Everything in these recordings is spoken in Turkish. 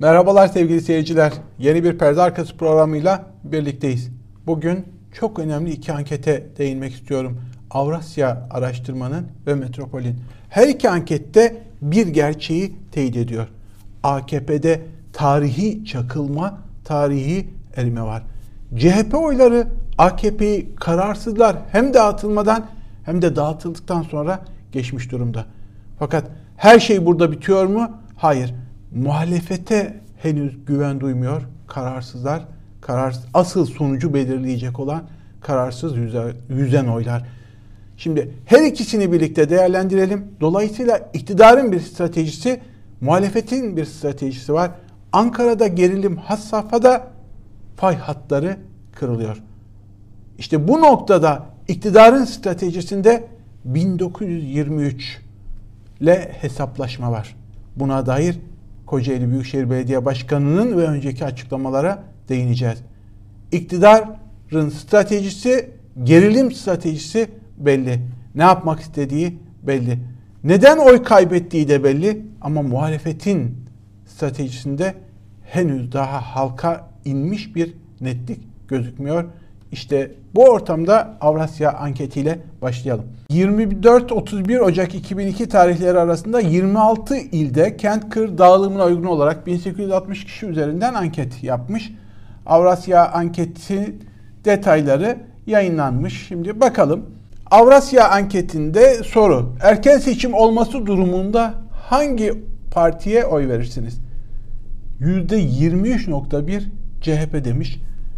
Merhabalar sevgili seyirciler. Yeni bir perde arkası programıyla birlikteyiz. Bugün çok önemli iki ankete değinmek istiyorum. Avrasya Araştırma'nın ve Metropol'ün. Her iki ankette bir gerçeği teyit ediyor. AKP'de tarihi çakılma, tarihi erime var. CHP oyları AKP'yi kararsızlar hem dağıtılmadan hem de dağıtıldıktan sonra geçmiş durumda. Fakat her şey burada bitiyor mu? Hayır. Muhalefete henüz güven duymuyor. Kararsızlar, asıl sonucu belirleyecek olan kararsız yüzen oylar. Şimdi her ikisini birlikte değerlendirelim. Dolayısıyla iktidarın bir stratejisi, muhalefetin bir stratejisi var. Ankara'da gerilim had safhada, fay hatları kırılıyor. İşte bu noktada iktidarın stratejisinde 1923 ile hesaplaşma var. Buna dair Kocaeli Büyükşehir Belediye Başkanı'nın ve önceki açıklamalara değineceğiz. İktidarın stratejisi, gerilim stratejisi belli. Ne yapmak istediği belli. Neden oy kaybettiği de belli. Ama muhalefetin stratejisinde henüz daha halka inmiş bir netlik gözükmüyor. İşte bu ortamda Avrasya anketiyle başlayalım. 24-31 Ocak 2002 tarihleri arasında 26 ilde kent kır dağılımına uygun olarak 1860 kişi üzerinden anket yapmış. Avrasya anketi detayları yayınlanmış. Şimdi bakalım. Avrasya anketinde soru: erken seçim olması durumunda hangi partiye oy verirsiniz? %23.1 CHP demiş.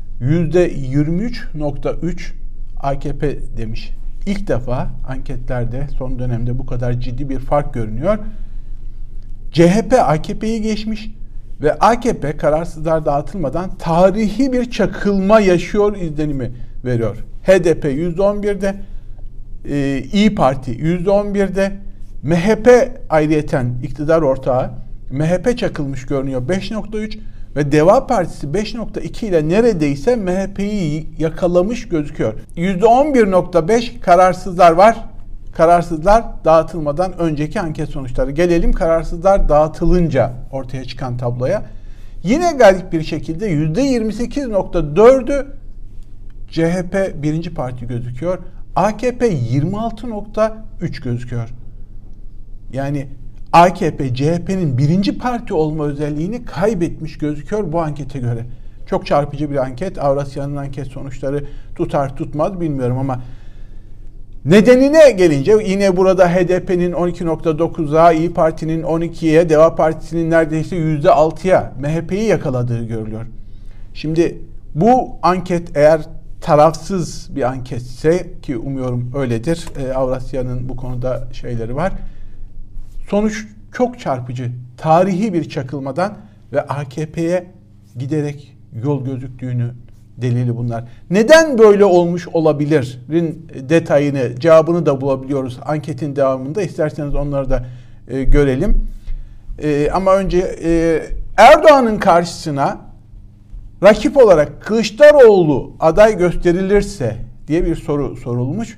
%23.3 AKP demiş. İlk defa anketlerde son dönemde bu kadar ciddi bir fark görünüyor. CHP AKP'yi geçmiş ve AKP kararsızlar dağıtılmadan tarihi bir çakılma yaşıyor izlenimi veriyor. HDP %11'de, İYİ Parti %11'de, MHP ayrıyeten iktidar ortağı, MHP çakılmış görünüyor 5.3 ve Deva Partisi 5.2 ile neredeyse MHP'yi yakalamış gözüküyor. %11.5 kararsızlar var. Kararsızlar dağıtılmadan önceki anket sonuçları. Gelelim kararsızlar dağıtılınca ortaya çıkan tabloya. Yine garip bir şekilde %28.4'ü CHP birinci parti gözüküyor. AKP 26.3 gözüküyor. Yani AKP, CHP'nin birinci parti olma özelliğini kaybetmiş gözüküyor bu ankete göre. Çok çarpıcı bir anket. Avrasya'nın anket sonuçları tutar tutmaz bilmiyorum ama nedenine gelince yine burada HDP'nin 12.9'a, İYİ Parti'nin 12'ye, Deva Partisi'nin neredeyse %6'ya MHP'yi yakaladığı görülüyor. Şimdi bu anket eğer tarafsız bir anketse, ki umuyorum öyledir, Avrasya'nın bu konuda şeyleri var. Sonuç çok çarpıcı. Tarihi bir çakılmadan ve AKP'ye giderek yol gözüktüğünü delili bunlar. Neden böyle olmuş olabilirin detayını, cevabını da bulabiliyoruz anketin devamında. İsterseniz onları da görelim. Ama önce Erdoğan'ın karşısına rakip olarak Kılıçdaroğlu aday gösterilirse diye bir soru sorulmuş.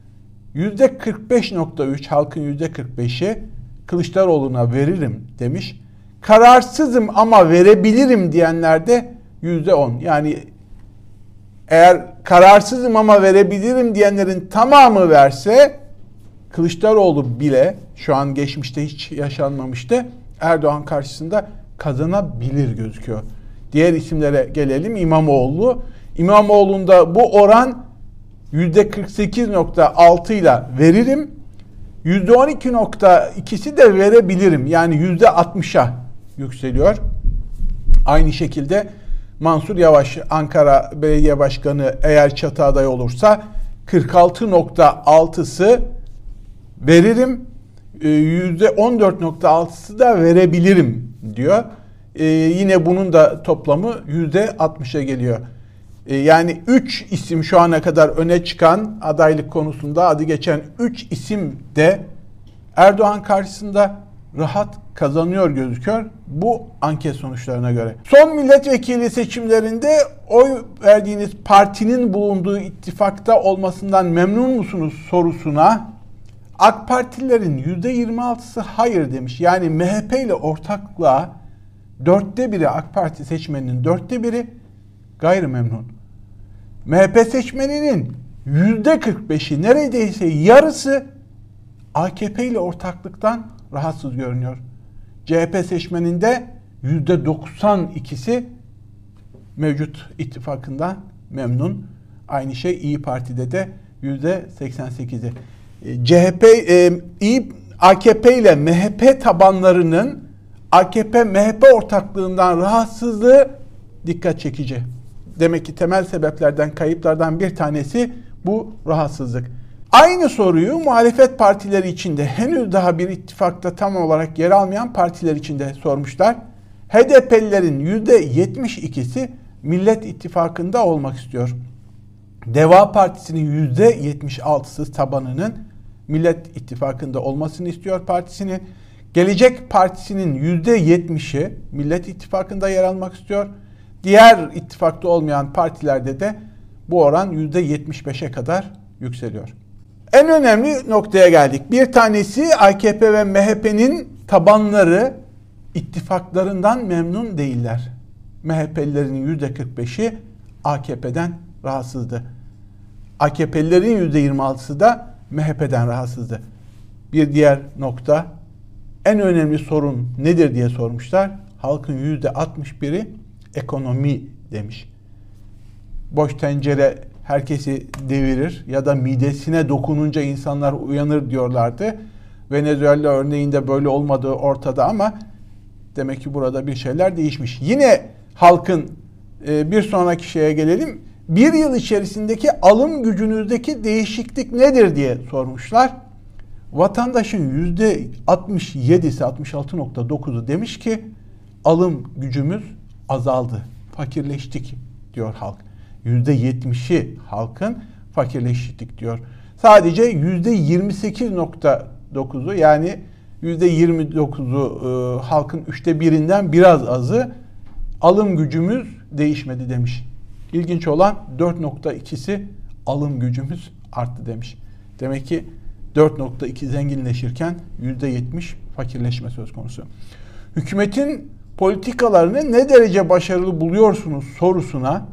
%45.3 halkın %45'i Kılıçdaroğlu'na veririm demiş. Kararsızım ama verebilirim diyenler de %10. Yani eğer kararsızım ama verebilirim diyenlerin tamamı verse Kılıçdaroğlu bile şu an geçmişte hiç yaşanmamıştı. Erdoğan karşısında kazanabilir gözüküyor. Diğer isimlere gelelim. İmamoğlu. İmamoğlu'nda bu oran %48.6 ile veririm. %12.2'si de verebilirim. Yani %60'a yükseliyor. Aynı şekilde Mansur Yavaş, Ankara Belediye Başkanı eğer çatı adayı olursa 46.6'sı veririm. %14.6'sı da verebilirim diyor. Yine bunun da toplamı %60'a geliyor. Yani 3 isim şu ana kadar öne çıkan adaylık konusunda adı geçen 3 isim de Erdoğan karşısında rahat kazanıyor gözüküyor bu anket sonuçlarına göre. Son milletvekili seçimlerinde oy verdiğiniz partinin bulunduğu ittifakta olmasından memnun musunuz sorusuna AK Partililerin %26'sı hayır demiş. Yani MHP ile ortaklığa Dörtte biri, AK Parti seçmeninin dörtte biri gayrimemnun. MHP seçmeninin %45'i, neredeyse yarısı AKP ile ortaklıktan rahatsız görünüyor. CHP seçmeninde %92'si mevcut ittifakından memnun. Aynı şey İyi Parti'de de %88'i. AKP ile MHP tabanlarının AKP-MHP ortaklığından rahatsızlığı dikkat çekici. Demek ki temel sebeplerden, kayıplardan bir tanesi bu rahatsızlık. Aynı soruyu muhalefet partileri içinde, henüz daha bir ittifakta tam olarak yer almayan partiler içinde sormuşlar. HDP'lilerin %72'si Millet İttifakı'nda olmak istiyor. Deva Partisi'nin %76'sı tabanının Millet İttifakı'nda olmasını istiyor partisinin. Gelecek Partisi'nin %70'i Millet İttifakı'nda yer almak istiyor. Diğer ittifakta olmayan partilerde de bu oran %75'e kadar yükseliyor. En önemli noktaya geldik. Bir tanesi, AKP ve MHP'nin tabanları ittifaklarından memnun değiller. MHP'lilerin %45'i AKP'den rahatsızdı. AKP'lilerin %26'sı da MHP'den rahatsızdı. Bir diğer nokta, en önemli sorun nedir diye sormuşlar. Halkın %61'i ekonomi demiş. Boş tencere herkesi devirir ya da midesine dokununca insanlar uyanır diyorlardı. Venezuela örneğinde böyle olmadığı ortada ama demek ki burada bir şeyler değişmiş. Yine halkın, bir sonraki şeye gelelim. Bir yıl içerisindeki alım gücünüzdeki değişiklik nedir diye sormuşlar. Vatandaşın %67'si, 66.9'u demiş ki alım gücümüz azaldı, fakirleştik diyor halk. %70'i halkın fakirleştik diyor. Sadece %28.9'u, yani %29'u halkın 1/3'ünden biraz azı alım gücümüz değişmedi demiş. İlginç olan 4.2'si alım gücümüz arttı demiş. Demek ki 4.2 zenginleşirken %70 fakirleşme söz konusu. Hükümetin politikalarını ne derece başarılı buluyorsunuz sorusuna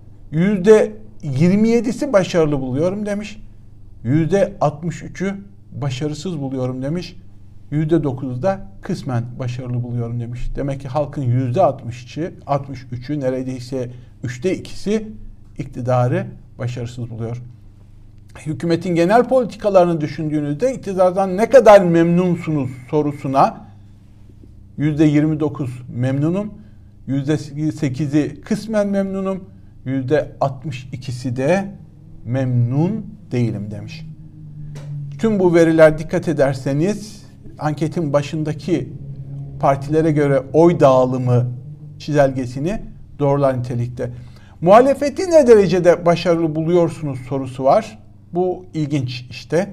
%27'si başarılı buluyorum demiş. %63'ü başarısız buluyorum demiş. %9'u da kısmen başarılı buluyorum demiş. Demek ki halkın %63'ü, neredeyse 2/3'ü iktidarı başarısız buluyor. Hükümetin genel politikalarını düşündüğünüzde iktidardan ne kadar memnunsunuz sorusuna %29 memnunum, %8'i kısmen memnunum, %62'si de memnun değilim demiş. Tüm bu veriler dikkat ederseniz anketin başındaki partilere göre oy dağılımı çizelgesini doğrular nitelikte. Muhalefeti ne derecede başarılı buluyorsunuz sorusu var. Bu ilginç işte.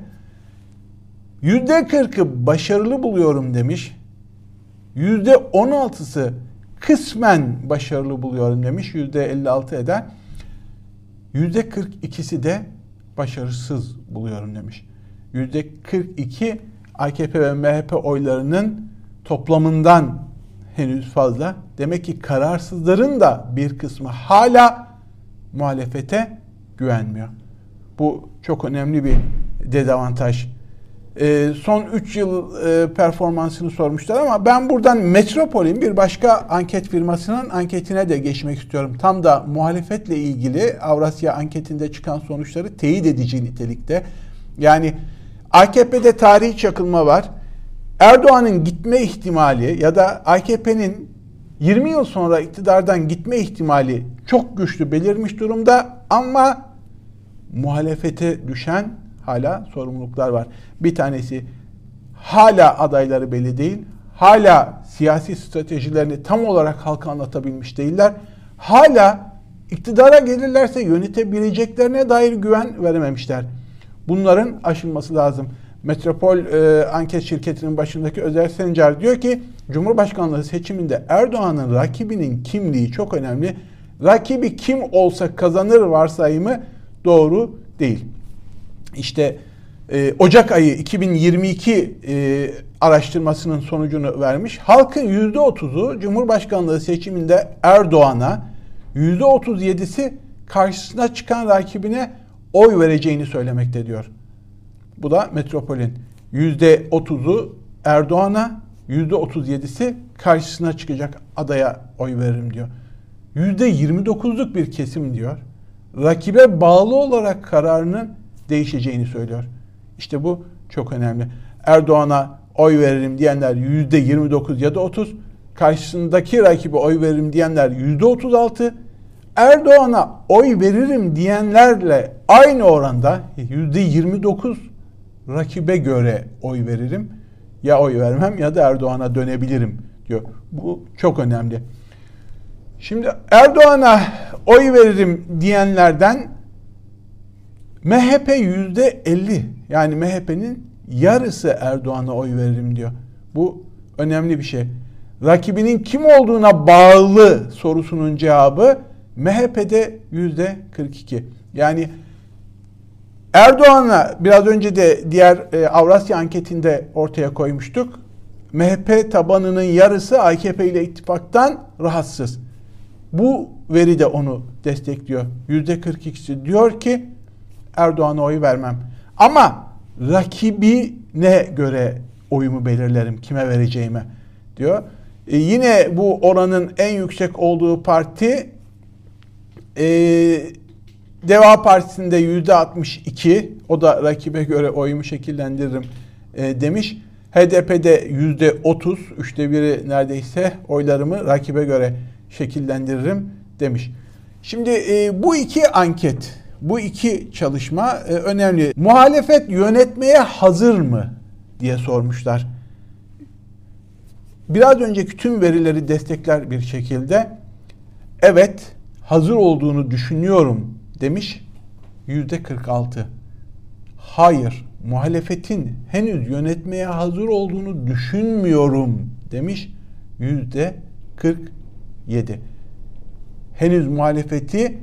%40'ı başarılı buluyorum demiş. %16'sı kısmen başarılı buluyorum demiş. %56 eden. %42'si de başarısız buluyorum demiş. %42 AKP ve MHP oylarının toplamından henüz fazla. Demek ki kararsızların da bir kısmı hala muhalefete güvenmiyor. Bu çok önemli bir dezavantaj. Son 3 yıl performansını sormuşlar ama ben buradan Metropol'ün bir başka anket firmasının anketine de geçmek istiyorum. Tam da muhalefetle ilgili Avrasya anketinde çıkan sonuçları teyit edici nitelikte. Yani AKP'de tarihi çakılma var. Erdoğan'ın gitme ihtimali ya da AKP'nin 20 yıl sonra iktidardan gitme ihtimali çok güçlü belirmiş durumda ama muhalefete düşen hala sorumluluklar var. Bir tanesi, hala adayları belli değil. Hala siyasi stratejilerini tam olarak halka anlatabilmiş değiller. Hala iktidara gelirlerse yönetebileceklerine dair güven verememişler. Bunların aşılması lazım. Metropol anket şirketinin başındaki Özer Sencer diyor ki Cumhurbaşkanlığı seçiminde Erdoğan'ın rakibinin kimliği çok önemli. Rakibi kim olsa kazanır varsayımı doğru değil. İşte Ocak ayı 2022 araştırmasının sonucunu vermiş. Halkın %30'u Cumhurbaşkanlığı seçiminde Erdoğan'a, %37'si karşısına çıkan rakibine oy vereceğini söylemekte diyor. Bu da Metropol'ün. %30'u Erdoğan'a, %37'si karşısına çıkacak adaya oy veririm diyor. %29'luk bir kesim diyor, rakibe bağlı olarak kararının değişeceğini söylüyor. İşte bu çok önemli. Erdoğan'a oy veririm diyenler %29 ya da 30, karşısındaki rakibe oy veririm diyenler %36, Erdoğan'a oy veririm diyenlerle aynı oranda %29 rakibe göre oy veririm, ya oy vermem ya da Erdoğan'a dönebilirim diyor. Bu çok önemli. Şimdi Erdoğan'a oy veririm diyenlerden MHP %50, yani MHP'nin yarısı Erdoğan'a oy veririm diyor. Bu önemli bir şey. Rakibinin kim olduğuna bağlı sorusunun cevabı MHP'de %42. Yani Erdoğan'a biraz önce de diğer Avrasya anketinde ortaya koymuştuk. MHP tabanının yarısı AKP ile ittifaktan rahatsız. Bu veri de onu destekliyor. %42'si diyor ki Erdoğan'a oy vermem. Ama rakibine göre oyumu belirlerim, kime vereceğime diyor. Yine bu oranın en yüksek olduğu parti Deva Partisi'nde %62, o da rakibe göre oyumu şekillendiririm demiş. HDP'de %30, üçte biri neredeyse oylarımı rakibe göre şekillendiririm demiş. Şimdi bu iki anket, bu iki çalışma önemli. Muhalefet yönetmeye hazır mı diye sormuşlar. Biraz önceki tüm verileri destekler bir şekilde evet hazır olduğunu düşünüyorum demiş %46. Hayır, muhalefetin henüz yönetmeye hazır olduğunu düşünmüyorum demiş %47. Henüz muhalefeti,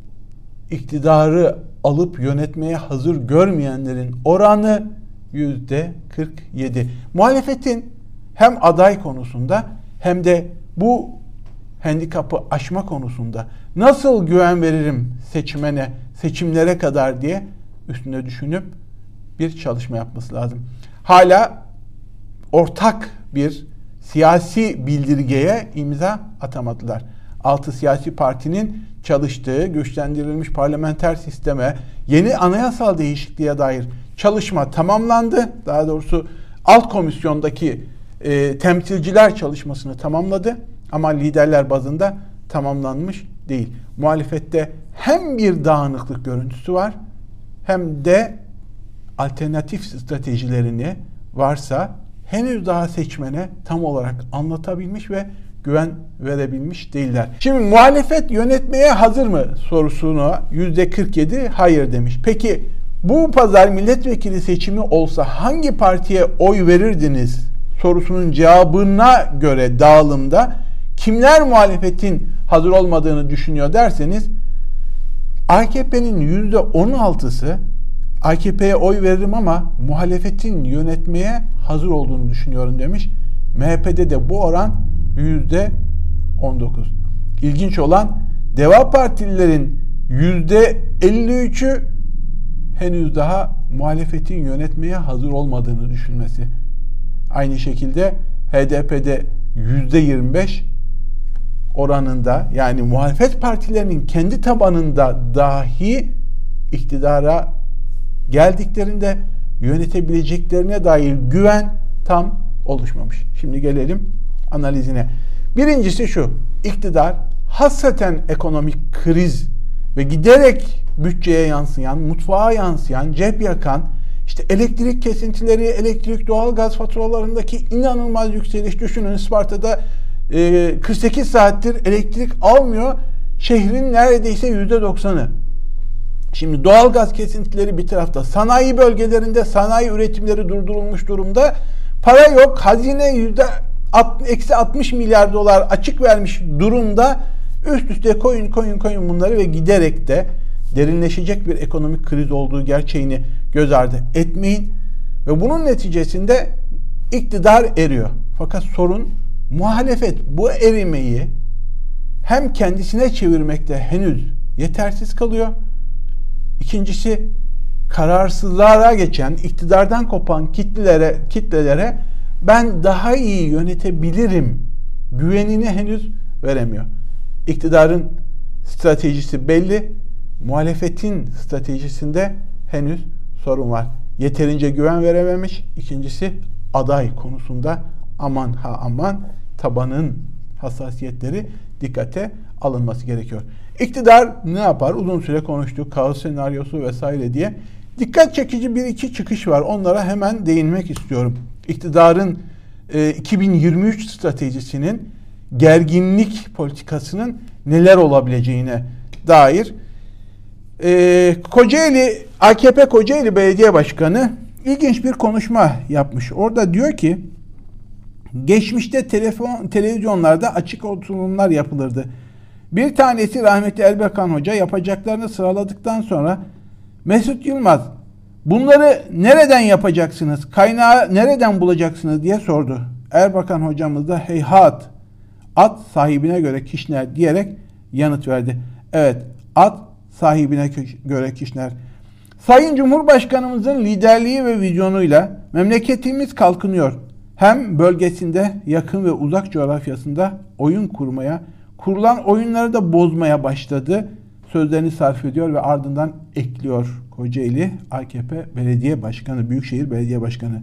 iktidarı alıp yönetmeye hazır görmeyenlerin oranı %47. Muhalefetin hem aday konusunda hem de bu handikapı aşma konusunda nasıl güven veririm seçmene, seçimlere kadar diye üstüne düşünüp bir çalışma yapması lazım. Hala ortak bir siyasi bildirgeye imza atamadılar. 6 siyasi partinin çalıştığı güçlendirilmiş parlamenter sisteme, yeni anayasal değişikliğe dair çalışma tamamlandı. Daha doğrusu alt komisyondaki temsilciler çalışmasını tamamladı ama liderler bazında tamamlanmış değil. Muhalefette hem bir dağınıklık görüntüsü var hem de alternatif stratejilerini varsa henüz daha seçmene tam olarak anlatabilmiş ve güven verebilmiş değiller. Şimdi muhalefet yönetmeye hazır mı sorusuna %47 hayır demiş. Peki bu pazar milletvekili seçimi olsa hangi partiye oy verirdiniz sorusunun cevabına göre dağılımda kimler muhalefetin hazır olmadığını düşünüyor derseniz AKP'nin %16'sı AKP'ye oy veririm ama muhalefetin yönetmeye hazır olduğunu düşünüyorum demiş. MHP'de de bu oran %19. İlginç olan Deva Partililerin %53'ü henüz daha muhalefetin yönetmeye hazır olmadığını düşünmesi. Aynı şekilde HDP'de %25 oranında, yani muhalefet partilerinin kendi tabanında dahi iktidara geldiklerinde yönetebileceklerine dair güven tam oluşmamış. Şimdi gelelim analizine. Birincisi şu: iktidar hasreten ekonomik kriz ve giderek bütçeye yansıyan, mutfağa yansıyan, cep yakan, işte elektrik kesintileri, elektrik, doğalgaz faturalarındaki inanılmaz yükseliş. Düşünün, Isparta'da 48 saattir elektrik almıyor. Şehrin neredeyse %90'ı. Şimdi doğalgaz kesintileri bir tarafta. Sanayi bölgelerinde sanayi üretimleri durdurulmuş durumda. Para yok. Hazine -60 milyar dolar açık vermiş durumda. Üst üste koyun bunları ve giderek de derinleşecek bir ekonomik kriz olduğu gerçeğini göz ardı etmeyin. Ve bunun neticesinde İktidar eriyor. Fakat sorun muhalefet bu erimeyi hem kendisine çevirmekte henüz yetersiz kalıyor. İkincisi kararsızlığa geçen, iktidardan kopan kitlelere ben daha iyi yönetebilirim güvenini henüz veremiyor. İktidarın stratejisi belli, muhalefetin stratejisinde henüz sorun var. Yeterince güven verememiş. İkincisi aday konusunda aman ha aman tabanın hassasiyetleri dikkate alınması gerekiyor. İktidar ne yapar? Uzun süre konuştuk. Kaos senaryosu vesaire diye. Dikkat çekici bir iki çıkış var. Onlara hemen değinmek istiyorum. İktidarın 2023 stratejisinin gerginlik politikasının neler olabileceğine dair AKP Kocaeli Belediye Başkanı ilginç bir konuşma yapmış. Orada diyor ki geçmişte televizyonlarda açık oturumlar yapılırdı. Bir tanesi rahmetli Erbakan Hoca yapacaklarını sıraladıktan sonra Mesut Yılmaz bunları nereden yapacaksınız? Kaynağı nereden bulacaksınız diye sordu. Erbakan hocamız da heyhat at sahibine göre kişner diyerek yanıt verdi. Evet, at sahibine göre kişner. Sayın Cumhurbaşkanımızın liderliği ve vizyonuyla memleketimiz kalkınıyor. Hem bölgesinde yakın ve uzak coğrafyasında oyun kurmaya, kurulan oyunları da bozmaya başladı. Sözlerini sarf ediyor ve ardından ekliyor Kocaeli AKP Belediye Başkanı, Büyükşehir Belediye Başkanı.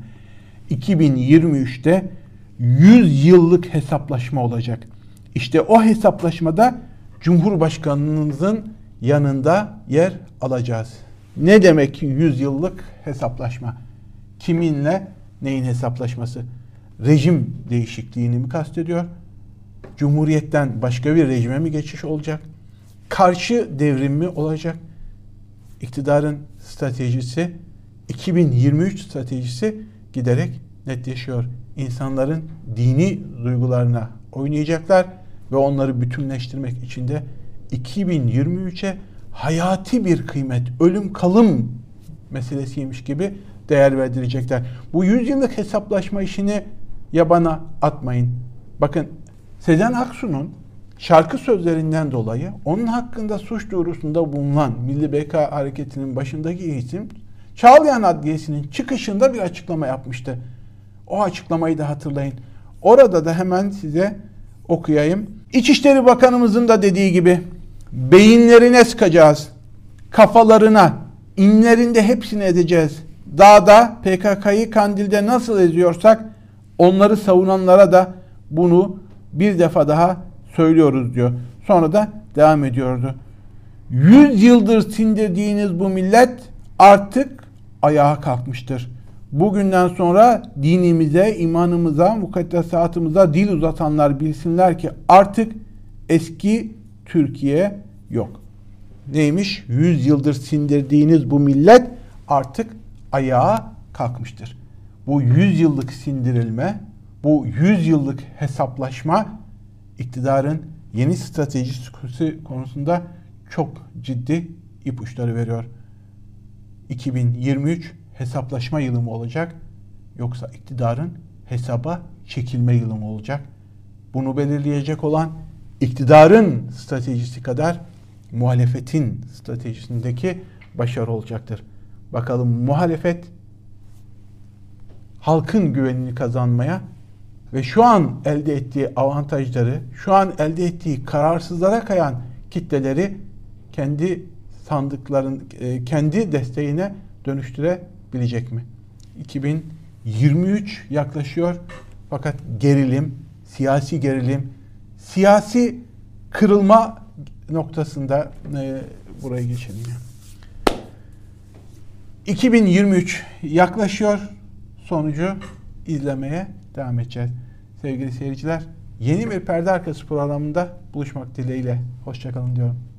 2023'te 100 yıllık hesaplaşma olacak. İşte o hesaplaşmada Cumhurbaşkanımızın yanında yer alacağız. Ne demek 100 yıllık hesaplaşma? Kiminle neyin hesaplaşması? Rejim değişikliğini mi kastediyor? Cumhuriyetten başka bir rejime mi geçiş olacak? Karşı devrim mi olacak? İktidarın stratejisi, 2023 stratejisi giderek netleşiyor. İnsanların dini duygularına oynayacaklar ve onları bütünleştirmek için de 2023'e hayati bir kıymet, ölüm kalım meselesiymiş gibi değer verdirecekler. Bu 100 yıllık hesaplaşma işini yabana atmayın. Bakın Sezen Aksu'nun şarkı sözlerinden dolayı onun hakkında suç duyurusunda bulunan Milli Beka Hareketi'nin başındaki isim Çağlayan Adliyesi'nin çıkışında bir açıklama yapmıştı. O açıklamayı da hatırlayın. Orada da hemen size okuyayım. İçişleri Bakanımızın da dediği gibi beyinlerine sıkacağız. Kafalarına, inlerinde hepsini edeceğiz. Dağda PKK'yı Kandil'de nasıl eziyorsak onları savunanlara da bunu bir defa daha söylüyoruz diyor. Sonra da devam ediyordu. 100 yıldır sindirdiğiniz bu millet artık ayağa kalkmıştır. Bugünden sonra dinimize, imanımıza, mukaddesatımıza dil uzatanlar bilsinler ki artık eski Türkiye yok. Neymiş? 100 yıldır sindirdiğiniz bu millet artık ayağa kalkmıştır. Bu 100 yıllık sindirilme, bu 100 yıllık hesaplaşma iktidarın yeni stratejisi konusunda çok ciddi ipuçları veriyor. 2023 hesaplaşma yılı mı olacak yoksa iktidarın hesaba çekilme yılı mı olacak? Bunu belirleyecek olan iktidarın stratejisi kadar muhalefetin stratejisindeki başarı olacaktır. Bakalım muhalefet halkın güvenini kazanmaya ve şu an elde ettiği avantajları, şu an elde ettiği kararsızlara kayan kitleleri kendi kendi desteğine dönüştürebilecek mi? 2023 yaklaşıyor fakat gerilim, siyasi kırılma noktasında buraya geçelim. 2023 yaklaşıyor. Sonucu izlemeye devam edeceğiz. Sevgili seyirciler, yeni bir perde arkası programında buluşmak dileğiyle. Hoşça kalın diyorum.